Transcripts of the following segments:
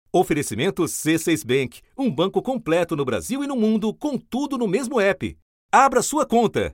Oferecimento C6 Bank, um banco completo no Brasil e no mundo, com tudo no mesmo app. Abra sua conta.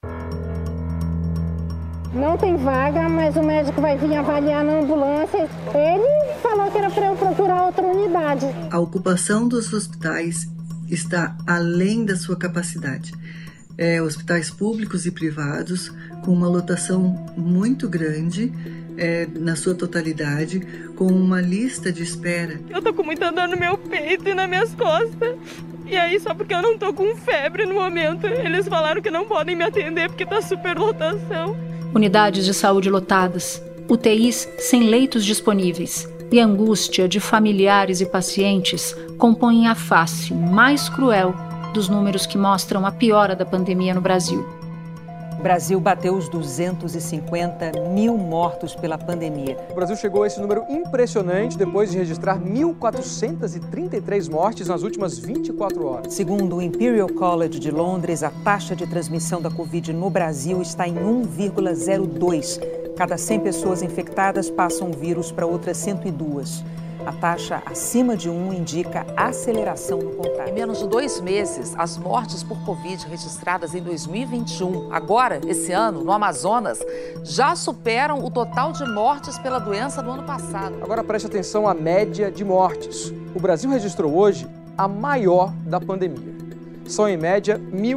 Não tem vaga, mas o médico vai vir avaliar na ambulância. Ele falou que era para eu procurar outra unidade. A ocupação dos hospitais está além da sua capacidade. Hospitais públicos e privados, com uma lotação muito grande, na sua totalidade, com uma lista de espera. Eu tô com muita dor no meu peito e nas minhas costas. E aí, só porque eu não tô com febre no momento, eles falaram que não podem me atender porque tá superlotação. Unidades de saúde lotadas, UTIs sem leitos disponíveis e a angústia de familiares e pacientes compõem a face mais cruel dos números que mostram a piora da pandemia no Brasil. O Brasil bateu os 250 mil mortos pela pandemia. O Brasil chegou a esse número impressionante depois de registrar 1.433 mortes nas últimas 24 horas. Segundo o Imperial College de Londres, a taxa de transmissão da Covid no Brasil está em 1,02. Cada 100 pessoas infectadas passam o vírus para outras 102. A taxa acima de 1 indica aceleração no contágio. Em menos de 2 meses, as mortes por Covid registradas em 2021, agora, esse ano, no Amazonas, já superam o total de mortes pela doença do ano passado. Agora preste atenção à média de mortes. O Brasil registrou hoje a maior da pandemia. São, em média,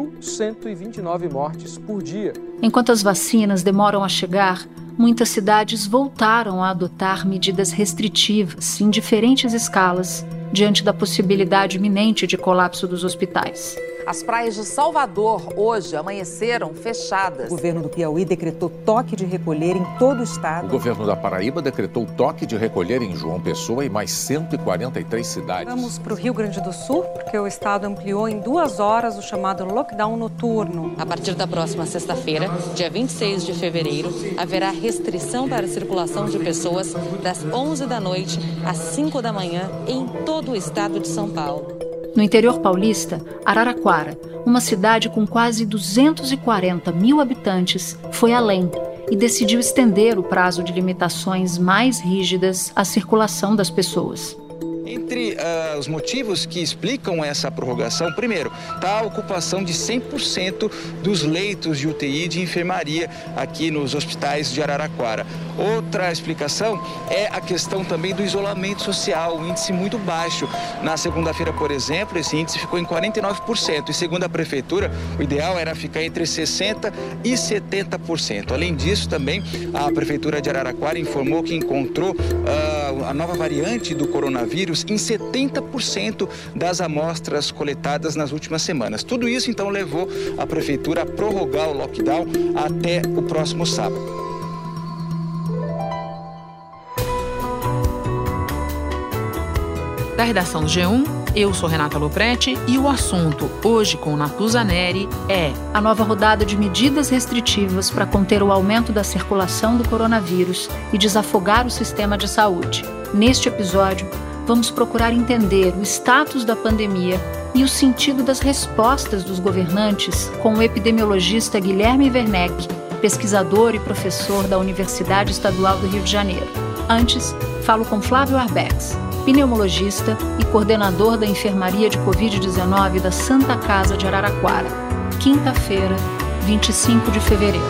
1.129 mortes por dia. Enquanto as vacinas demoram a chegar, muitas cidades voltaram a adotar medidas restritivas em diferentes escalas, diante da possibilidade iminente de colapso dos hospitais. As praias de Salvador, hoje, amanheceram fechadas. O governo do Piauí decretou toque de recolher em todo o estado. O governo da Paraíba decretou toque de recolher em João Pessoa e mais 143 cidades. Vamos para o Rio Grande do Sul, porque o estado ampliou em 2 horas o chamado lockdown noturno. A partir da próxima sexta-feira, dia 26 de fevereiro, haverá restrição para a circulação de pessoas das 11 da noite às 5 da manhã em todo o estado de São Paulo. No interior paulista, Araraquara, uma cidade com quase 240 mil habitantes, foi além e decidiu estender o prazo de limitações mais rígidas à circulação das pessoas. Entre os motivos que explicam essa prorrogação, primeiro, está a ocupação de 100% dos leitos de UTI de enfermaria aqui nos hospitais de Araraquara. Outra explicação é a questão também do isolamento social, um índice muito baixo. Na segunda-feira, por exemplo, esse índice ficou em 49%. E segundo a Prefeitura, o ideal era ficar entre 60% e 70%. Além disso, também, a Prefeitura de Araraquara informou que encontrou a nova variante do coronavírus em 70% das amostras coletadas nas últimas semanas. Tudo isso, então, levou a Prefeitura a prorrogar o lockdown até o próximo sábado. Da redação do G1, eu sou Renata Lopretti e o assunto, hoje com Natuza Neri, é a nova rodada de medidas restritivas para conter o aumento da circulação do coronavírus e desafogar o sistema de saúde. Neste episódio, vamos procurar entender o status da pandemia e o sentido das respostas dos governantes com o epidemiologista Guilherme Werneck, pesquisador e professor da Universidade Estadual do Rio de Janeiro. Antes, falo com Flávio Arbex, pneumologista e coordenador da enfermaria de Covid-19 da Santa Casa de Araraquara. Quinta-feira, 25 de fevereiro.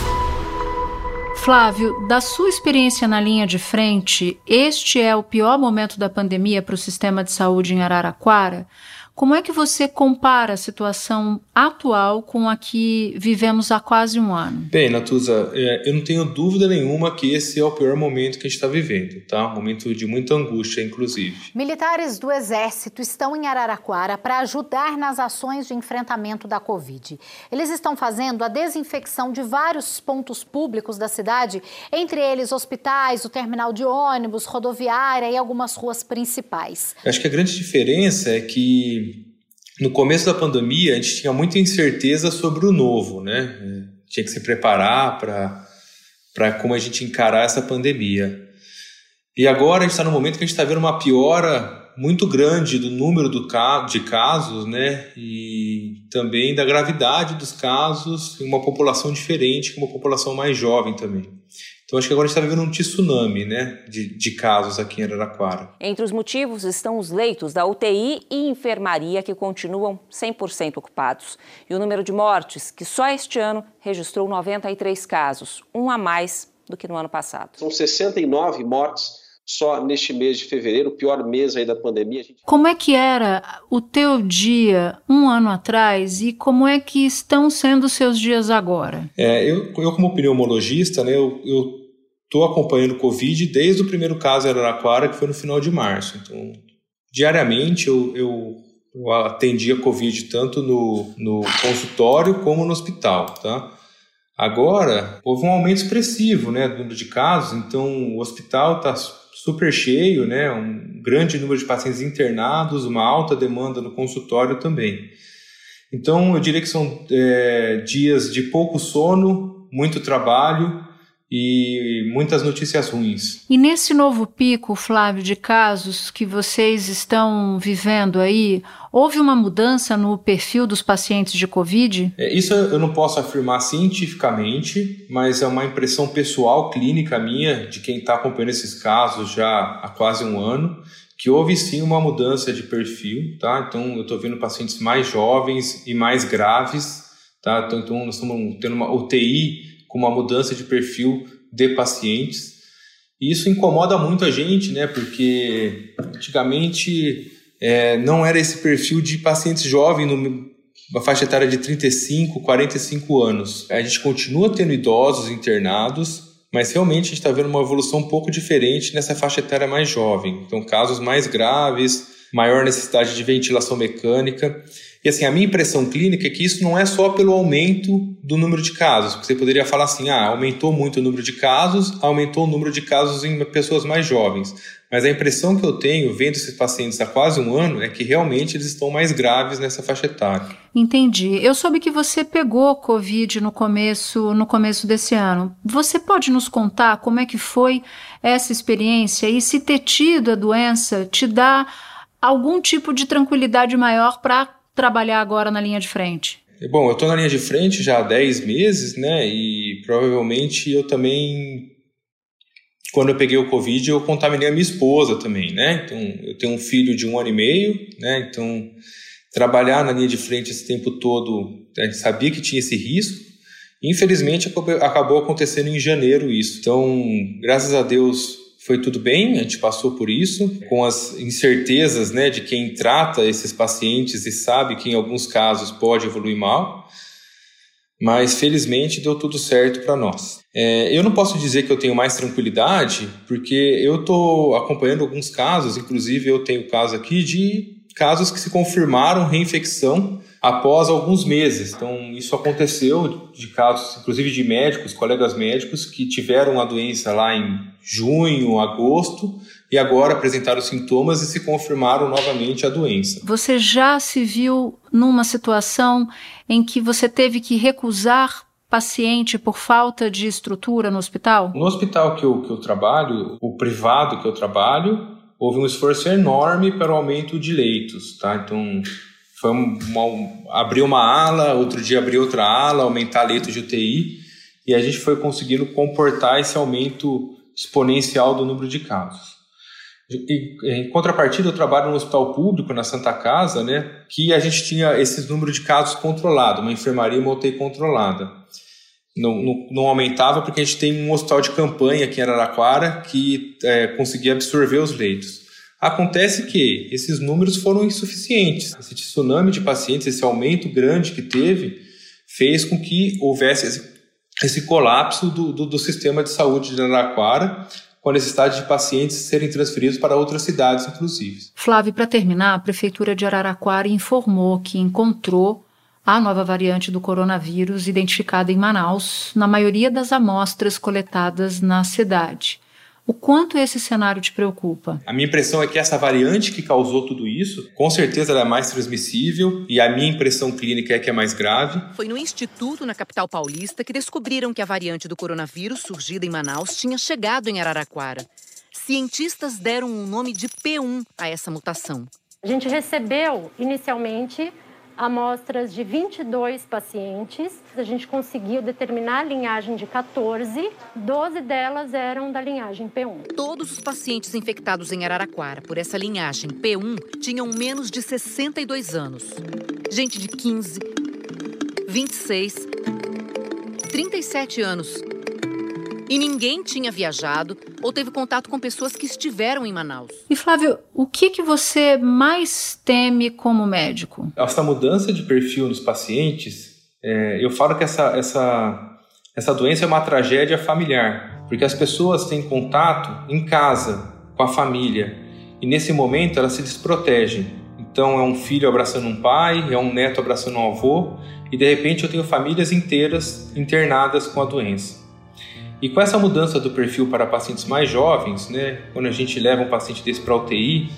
Flávio, da sua experiência na linha de frente, este é o pior momento da pandemia para o sistema de saúde em Araraquara? Como é que você compara a situação atual com a que vivemos há quase um ano? Bem, Natuza, eu não tenho dúvida nenhuma que esse é o pior momento que a gente está vivendo, tá? Um momento de muita angústia, inclusive. Militares do Exército estão em Araraquara para ajudar nas ações de enfrentamento da Covid. Eles estão fazendo a desinfecção de vários pontos públicos da cidade, entre eles hospitais, o terminal de ônibus, rodoviária e algumas ruas principais. Acho que a grande diferença é que no começo da pandemia, a gente tinha muita incerteza sobre o novo, né? Tinha que se preparar para como a gente encarar essa pandemia. E agora a gente está no momento que a gente está vendo uma piora muito grande do número de casos, né? E também da gravidade dos casos em uma população diferente, com uma população mais jovem também. Então acho que agora a gente está vivendo um tsunami, né, de casos aqui em Araraquara. Entre os motivos estão os leitos da UTI e enfermaria que continuam 100% ocupados. E o número de mortes, que só este ano registrou 93 casos, um a mais do que no ano passado. São 69 mortes só neste mês de fevereiro, o pior mês aí da pandemia. Como é que era o teu dia um ano atrás e como é que estão sendo os seus dias agora? Eu como pneumologista, né, eu estou acompanhando o Covid desde o primeiro caso em Araraquara, que foi no final de março. Então, diariamente eu atendia Covid tanto no consultório como no hospital, tá? Agora, houve um aumento expressivo, né, do número de casos, então o hospital está super cheio, né, um grande número de pacientes internados, uma alta demanda no consultório também. Então, eu diria que são dias de pouco sono, muito trabalho e muitas notícias ruins. E nesse novo pico, Flávio, de casos que vocês estão vivendo aí, houve uma mudança no perfil dos pacientes de Covid? Isso eu não posso afirmar cientificamente, mas é uma impressão pessoal, clínica minha, de quem está acompanhando esses casos já há quase um ano, que houve sim uma mudança de perfil, tá? Então eu estou vendo pacientes mais jovens e mais graves, tá? Então nós estamos tendo uma UTI com uma mudança de perfil de pacientes. E isso incomoda muito a gente, né? Porque antigamente não era esse perfil de pacientes jovens, numa faixa etária de 35, 45 anos. A gente continua tendo idosos internados, mas realmente a gente está vendo uma evolução um pouco diferente nessa faixa etária mais jovem. Então, casos mais graves, maior necessidade de ventilação mecânica. E assim, a minha impressão clínica é que isso não é só pelo aumento do número de casos. Você poderia falar assim, aumentou muito o número de casos, aumentou o número de casos em pessoas mais jovens. Mas a impressão que eu tenho, vendo esses pacientes há quase um ano, é que realmente eles estão mais graves nessa faixa etária. Entendi. Eu soube que você pegou Covid no começo desse ano. Você pode nos contar como é que foi essa experiência e se ter tido a doença te dá algum tipo de tranquilidade maior para trabalhar agora na linha de frente? Bom, eu estou na linha de frente já há 10 meses, né? E provavelmente eu também, quando eu peguei o Covid, eu contaminei a minha esposa também, né? Então, eu tenho um filho de 1 ano e meio, né? Então, trabalhar na linha de frente esse tempo todo, a gente sabia que tinha esse risco. Infelizmente, acabou acontecendo em janeiro isso. Então, graças a Deus, foi tudo bem, a gente passou por isso, com as incertezas, né, de quem trata esses pacientes e sabe que em alguns casos pode evoluir mal, mas felizmente deu tudo certo para nós. Eu não posso dizer que eu tenho mais tranquilidade, porque eu estou acompanhando alguns casos, inclusive eu tenho caso aqui de casos que se confirmaram reinfecção após alguns meses. Então, isso aconteceu de casos, inclusive de médicos, colegas médicos, que tiveram a doença lá em junho, agosto, e agora apresentaram sintomas e se confirmaram novamente a doença. Você já se viu numa situação em que você teve que recusar paciente por falta de estrutura no hospital? No hospital que eu trabalho, o privado que eu trabalho, houve um esforço enorme para o aumento de leitos, tá? Então, foi abrir uma ala, outro dia abrir outra ala, aumentar leitos de UTI, e a gente foi conseguindo comportar esse aumento exponencial do número de casos. E, em contrapartida, eu trabalho no hospital público, na Santa Casa, né, que a gente tinha esses números de casos controlados, uma enfermaria e uma UTI controlada. Não aumentava porque a gente tem um hospital de campanha aqui em Araraquara que conseguia absorver os leitos. Acontece que esses números foram insuficientes. Esse tsunami de pacientes, esse aumento grande que teve, fez com que houvesse esse colapso do sistema de saúde de Araraquara, com a necessidade de pacientes serem transferidos para outras cidades, inclusive. Flávio, para terminar, a Prefeitura de Araraquara informou que encontrou a nova variante do coronavírus identificada em Manaus, na maioria das amostras coletadas na cidade. O quanto esse cenário te preocupa? A minha impressão é que essa variante que causou tudo isso, com certeza ela é mais transmissível e a minha impressão clínica é que é mais grave. Foi no Instituto, na capital paulista, que descobriram que a variante do coronavírus surgida em Manaus tinha chegado em Araraquara. Cientistas deram o nome de P1 a essa mutação. A gente recebeu, inicialmente, amostras de 22 pacientes. A gente conseguiu determinar a linhagem de 14, 12 delas eram da linhagem P1. Todos os pacientes infectados em Araraquara por essa linhagem P1 tinham menos de 62 anos. Gente de 15, 26, 37 anos. E ninguém tinha viajado ou teve contato com pessoas que estiveram em Manaus. E Flávio, o que você mais teme como médico? Essa mudança de perfil nos pacientes, eu falo que essa doença é uma tragédia familiar, porque as pessoas têm contato em casa, com a família, e nesse momento elas se desprotegem. Então é um filho abraçando um pai, é um neto abraçando um avô, e de repente eu tenho famílias inteiras internadas com a doença. E com essa mudança do perfil para pacientes mais jovens, né, quando a gente leva um paciente desse para a UTI,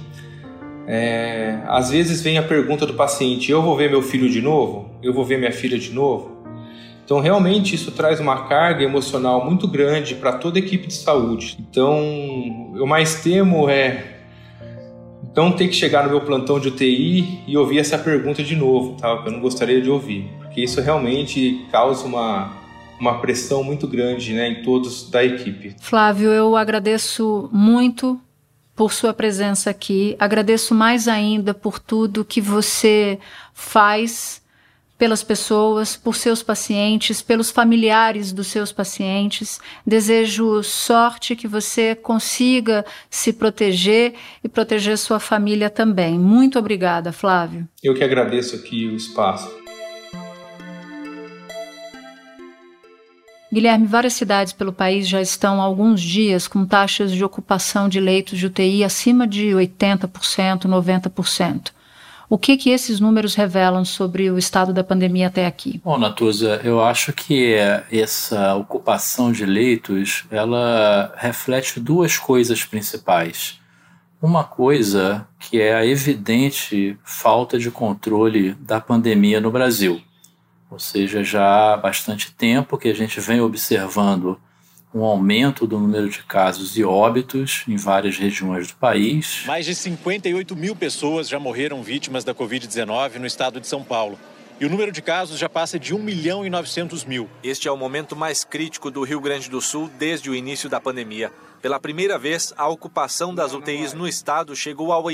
às vezes vem a pergunta do paciente: eu vou ver meu filho de novo? Eu vou ver minha filha de novo? Então realmente isso traz uma carga emocional muito grande para toda a equipe de saúde. Então eu mais temo não ter que chegar no meu plantão de UTI e ouvir essa pergunta de novo, tá? Que eu não gostaria de ouvir, porque isso realmente causa uma pressão muito grande, né, em todos da equipe. Flávio, eu agradeço muito por sua presença aqui. Agradeço mais ainda por tudo que você faz pelas pessoas, por seus pacientes, pelos familiares dos seus pacientes. Desejo sorte, que você consiga se proteger e proteger sua família também. Muito obrigada, Flávio. Eu que agradeço aqui o espaço. Guilherme, várias cidades pelo país já estão há alguns dias com taxas de ocupação de leitos de UTI acima de 80%, 90%. O que esses números revelam sobre o estado da pandemia até aqui? Bom, Natuza, eu acho que essa ocupação de leitos, ela reflete duas coisas principais. Uma coisa que é a evidente falta de controle da pandemia no Brasil. Ou seja, já há bastante tempo que a gente vem observando um aumento do número de casos e óbitos em várias regiões do país. Mais de 58 mil pessoas já morreram vítimas da Covid-19 no estado de São Paulo. E o número de casos já passa de 1.900.000. Este é o momento mais crítico do Rio Grande do Sul desde o início da pandemia. Pela primeira vez, a ocupação das UTIs no estado chegou a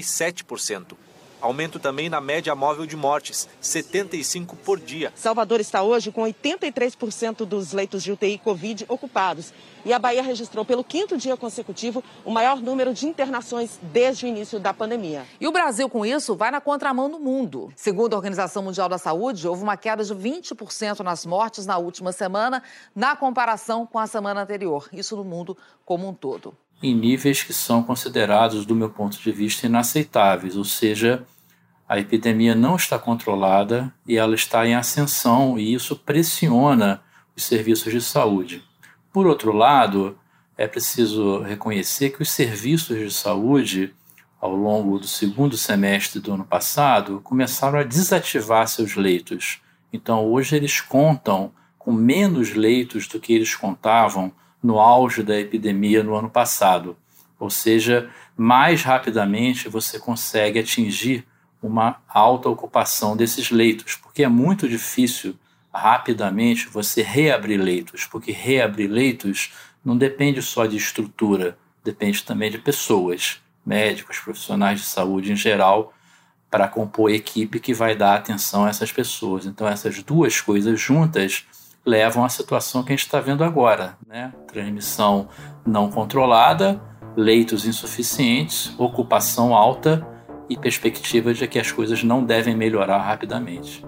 87%. Aumento também na média móvel de mortes, 75 por dia. Salvador está hoje com 83% dos leitos de UTI Covid ocupados. E a Bahia registrou pelo 5º dia consecutivo o maior número de internações desde o início da pandemia. E o Brasil, com isso, vai na contramão do mundo. Segundo a Organização Mundial da Saúde, houve uma queda de 20% nas mortes na última semana, na comparação com a semana anterior. Isso no mundo como um todo. Em níveis que são considerados, do meu ponto de vista, inaceitáveis, ou seja, a epidemia não está controlada e ela está em ascensão, e isso pressiona os serviços de saúde. Por outro lado, é preciso reconhecer que os serviços de saúde, ao longo do segundo semestre do ano passado, começaram a desativar seus leitos. Então, hoje eles contam com menos leitos do que eles contavam no auge da epidemia no ano passado. Ou seja, mais rapidamente você consegue atingir uma alta ocupação desses leitos, porque é muito difícil rapidamente você reabrir leitos, porque reabrir leitos não depende só de estrutura, depende também de pessoas, médicos, profissionais de saúde em geral, para compor a equipe que vai dar atenção a essas pessoas. Então essas duas coisas juntas levam à situação que a gente está vendo agora, né? Transmissão não controlada, leitos insuficientes, ocupação alta e perspectiva de que as coisas não devem melhorar rapidamente.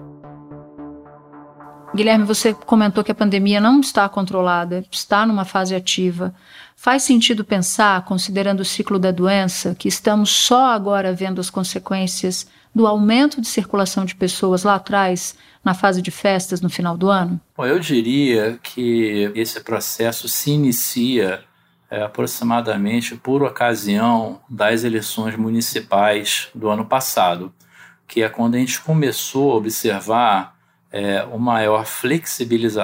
Guilherme, você comentou que a pandemia não está controlada, está numa fase ativa. Faz sentido pensar, considerando o ciclo da doença, que estamos só agora vendo as consequências do aumento de circulação de pessoas lá atrás, na fase de festas no final do ano? Bom, eu diria que esse processo se inicia aproximadamente por ocasião das eleições municipais do ano passado, que é quando a gente começou a observar uma maior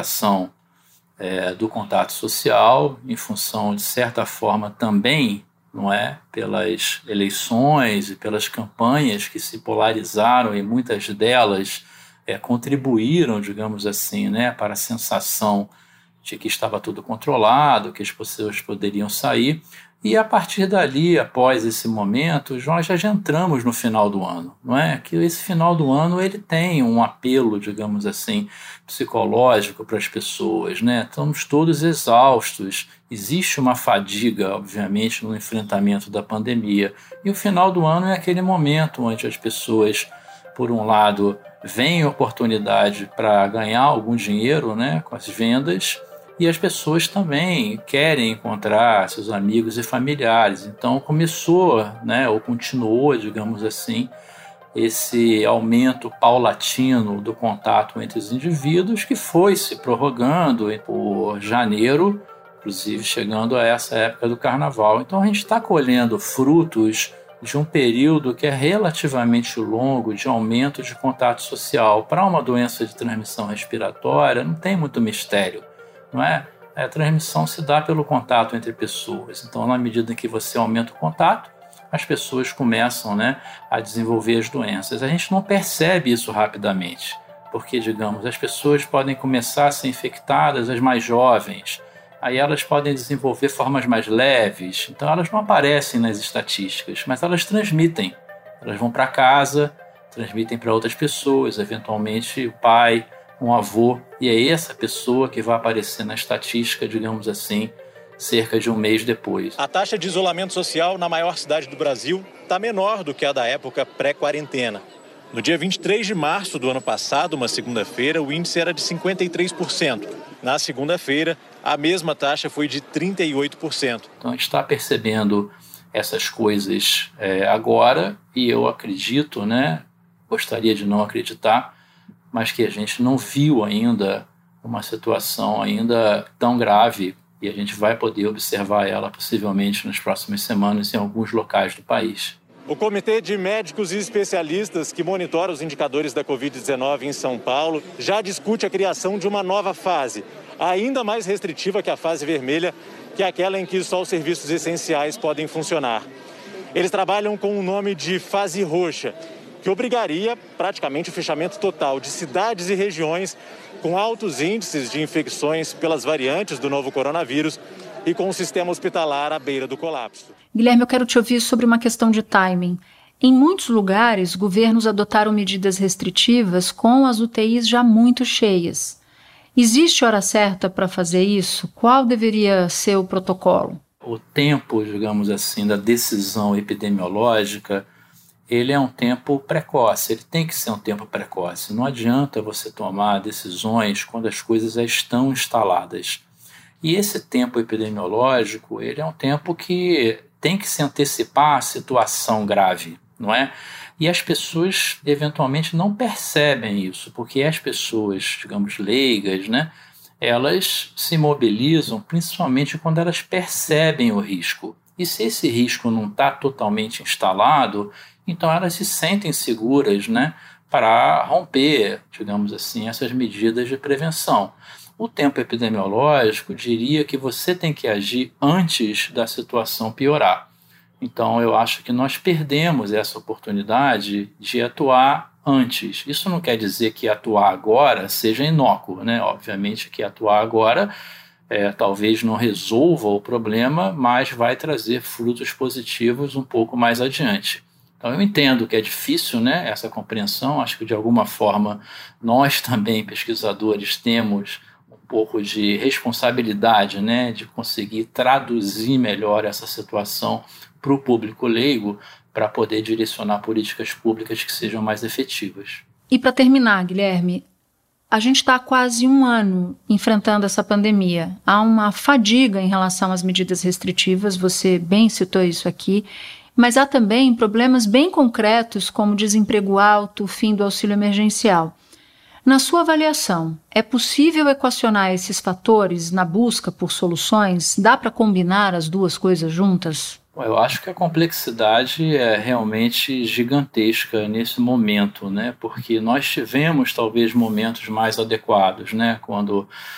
flexibilização do contato social, em função, de certa forma, também não é? Pelas eleições e pelas campanhas que se polarizaram, e muitas delas contribuíram, digamos assim, né, para a sensação de que estava tudo controlado, que as pessoas poderiam sair. E a partir dali, após esse momento, nós já entramos no final do ano, não é? Que esse final do ano ele tem um apelo, digamos assim, psicológico para as pessoas, né? Estamos todos exaustos, existe uma fadiga, obviamente, no enfrentamento da pandemia. E o final do ano é aquele momento onde as pessoas, por um lado, veem oportunidade para ganhar algum dinheiro, né, com as vendas, e as pessoas também querem encontrar seus amigos e familiares. Então começou, né, ou continuou, digamos assim, esse aumento paulatino do contato entre os indivíduos, que foi se prorrogando por janeiro, inclusive chegando a essa época do carnaval. Então a gente está colhendo frutos de um período que é relativamente longo de aumento de contato social. Para uma doença de transmissão respiratória não tem muito mistério, não é? A transmissão se dá pelo contato entre pessoas. Então, na medida em que você aumenta o contato, as pessoas começam, né, a desenvolver as doenças. A gente não percebe isso rapidamente, porque, digamos, as pessoas podem começar a ser infectadas, as mais jovens, aí elas podem desenvolver formas mais leves, então elas não aparecem nas estatísticas, mas elas transmitem. Elas vão para casa, transmitem para outras pessoas, eventualmente o pai, um avô, e é essa pessoa que vai aparecer na estatística, digamos assim, cerca de um mês depois. A taxa de isolamento social na maior cidade do Brasil está menor do que a da época pré-quarentena. No dia 23 de março do ano passado, uma segunda-feira, o índice era de 53%. Na segunda-feira, a mesma taxa foi de 38%. Então a gente está percebendo essas coisas agora, e eu acredito, né, gostaria de não acreditar, mas que a gente não viu ainda uma situação ainda tão grave, e a gente vai poder observar ela possivelmente nas próximas semanas em alguns locais do país. O Comitê de Médicos e Especialistas que monitora os indicadores da Covid-19 em São Paulo já discute a criação de uma nova fase, ainda mais restritiva que a fase vermelha, que é aquela em que só os serviços essenciais podem funcionar. Eles trabalham com o nome de fase roxa, que obrigaria praticamente o fechamento total de cidades e regiões com altos índices de infecções pelas variantes do novo coronavírus e com o sistema hospitalar à beira do colapso. Guilherme, eu quero te ouvir sobre uma questão de timing. Em muitos lugares, governos adotaram medidas restritivas com as UTIs já muito cheias. Existe hora certa para fazer isso? Qual deveria ser o protocolo? O tempo, digamos assim, da decisão epidemiológica, ele é um tempo precoce, ele tem que ser um tempo precoce. Não adianta você tomar decisões quando as coisas já estão instaladas. E esse tempo epidemiológico, ele é um tempo que tem que se antecipar à situação grave, não é? E as pessoas, eventualmente, não percebem isso, porque as pessoas, digamos, leigas, né, elas se mobilizam principalmente quando elas percebem o risco. E se esse risco não está totalmente instalado, então elas se sentem seguras, né, para romper, digamos assim, essas medidas de prevenção. O tempo epidemiológico diria que você tem que agir antes da situação piorar. Então eu acho que nós perdemos essa oportunidade de atuar antes. Isso não quer dizer que atuar agora seja inócuo, né? Obviamente que atuar agora talvez não resolva o problema, mas vai trazer frutos positivos um pouco mais adiante. Então eu entendo que é difícil, né, essa compreensão. Acho que de alguma forma nós também, pesquisadores, temos um pouco de responsabilidade, né, de conseguir traduzir melhor essa situação para o público leigo, para poder direcionar políticas públicas que sejam mais efetivas. E para terminar, Guilherme, a gente está há quase um ano enfrentando essa pandemia. Há uma fadiga em relação às medidas restritivas, você bem citou isso aqui, mas há também problemas bem concretos como desemprego alto, fim do auxílio emergencial. Na sua avaliação, é possível equacionar esses fatores na busca por soluções? Dá para combinar as duas coisas juntas? Eu acho que a complexidade é realmente gigantesca nesse momento, né? Porque nós tivemos talvez momentos mais adequados, né? Quando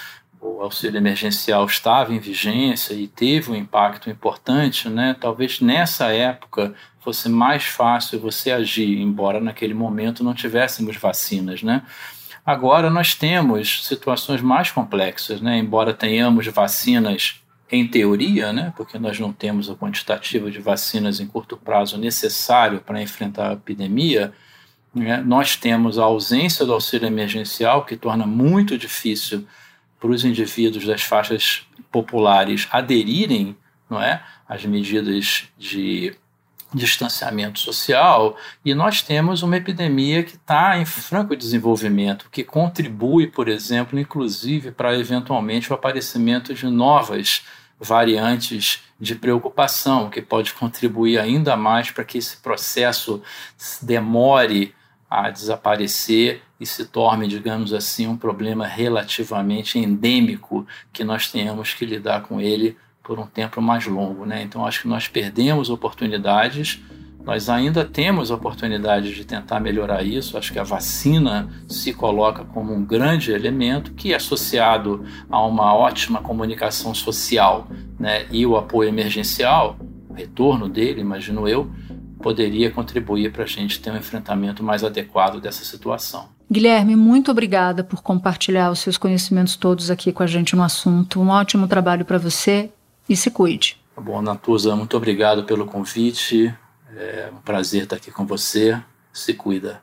o auxílio emergencial estava em vigência e teve um impacto importante, né? Talvez nessa época fosse mais fácil você agir, embora naquele momento não tivéssemos vacinas, né? Agora nós temos situações mais complexas, né? Embora tenhamos vacinas em teoria, né? Porque nós não temos o quantitativo de vacinas em curto prazo necessário para enfrentar a epidemia, né? Nós temos a ausência do auxílio emergencial, que torna muito difícil para os indivíduos das faixas populares aderirem, não é, às medidas de distanciamento social, e nós temos uma epidemia que está em franco desenvolvimento, que contribui, por exemplo, inclusive para eventualmente o aparecimento de novas variantes de preocupação, que pode contribuir ainda mais para que esse processo demore a desaparecer e se torne, digamos assim, um problema relativamente endêmico, que nós tenhamos que lidar com ele por um tempo mais longo, né? Então, acho que nós perdemos oportunidades, nós ainda temos oportunidades de tentar melhorar isso. Acho que a vacina se coloca como um grande elemento que, associado a uma ótima comunicação social, né, e o apoio emergencial, o retorno dele, imagino eu, poderia contribuir para a gente ter um enfrentamento mais adequado dessa situação. Guilherme, muito obrigada por compartilhar os seus conhecimentos todos aqui com a gente no assunto. Um ótimo trabalho para você e se cuide. Bom, Natuza, muito obrigado pelo convite. É um prazer estar aqui com você. Se cuida.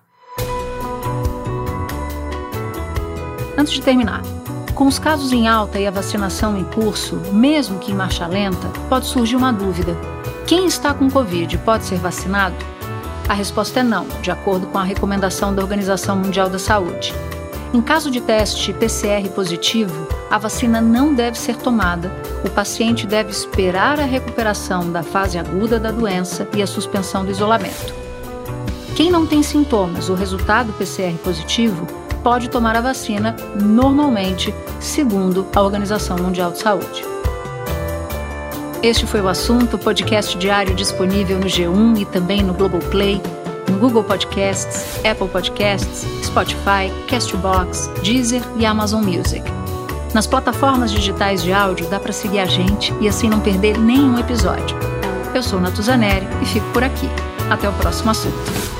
Antes de terminar, com os casos em alta e a vacinação em curso, mesmo que em marcha lenta, pode surgir uma dúvida. Quem está com Covid pode ser vacinado? A resposta é não, de acordo com a recomendação da Organização Mundial da Saúde. Em caso de teste PCR positivo, a vacina não deve ser tomada. O paciente deve esperar a recuperação da fase aguda da doença e a suspensão do isolamento. Quem não tem sintomas ou resultado PCR positivo pode tomar a vacina normalmente, segundo a Organização Mundial de Saúde. Este foi o assunto, podcast diário disponível no G1 e também no Globoplay, no Google Podcasts, Apple Podcasts, Spotify, Castbox, Deezer e Amazon Music. Nas plataformas digitais de áudio dá para seguir a gente e assim não perder nenhum episódio. Eu sou Natuza Neri e fico por aqui. Até o próximo assunto.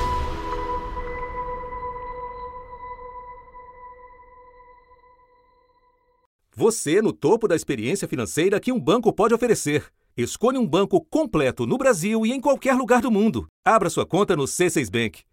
Você no topo da experiência financeira que um banco pode oferecer. Escolha um banco completo no Brasil e em qualquer lugar do mundo. Abra sua conta no C6 Bank.